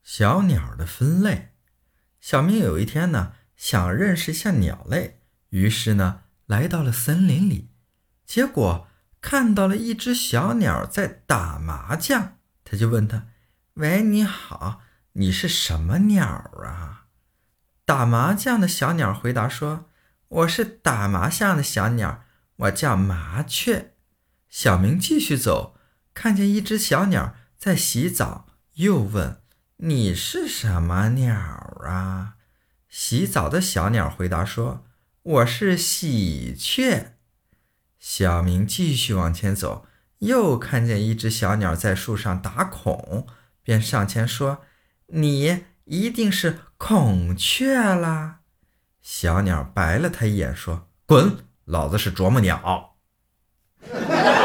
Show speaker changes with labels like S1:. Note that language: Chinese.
S1: 小鸟的分类。小明有一天呢，想认识一下鸟类，于是呢，来到了森林里，结果看到了一只小鸟在打麻将，他就问他：喂，你好，你是什么鸟啊？打麻将的小鸟回答说：我是打麻将的小鸟，我叫麻雀。小明继续走，看见一只小鸟在洗澡，又问：你是什么鸟啊？洗澡的小鸟回答说：我是喜鹊。小明继续往前走，又看见一只小鸟在树上打孔，便上前说：你一定是孔雀啦。小鸟白了他一眼说：滚，老子是啄木鸟。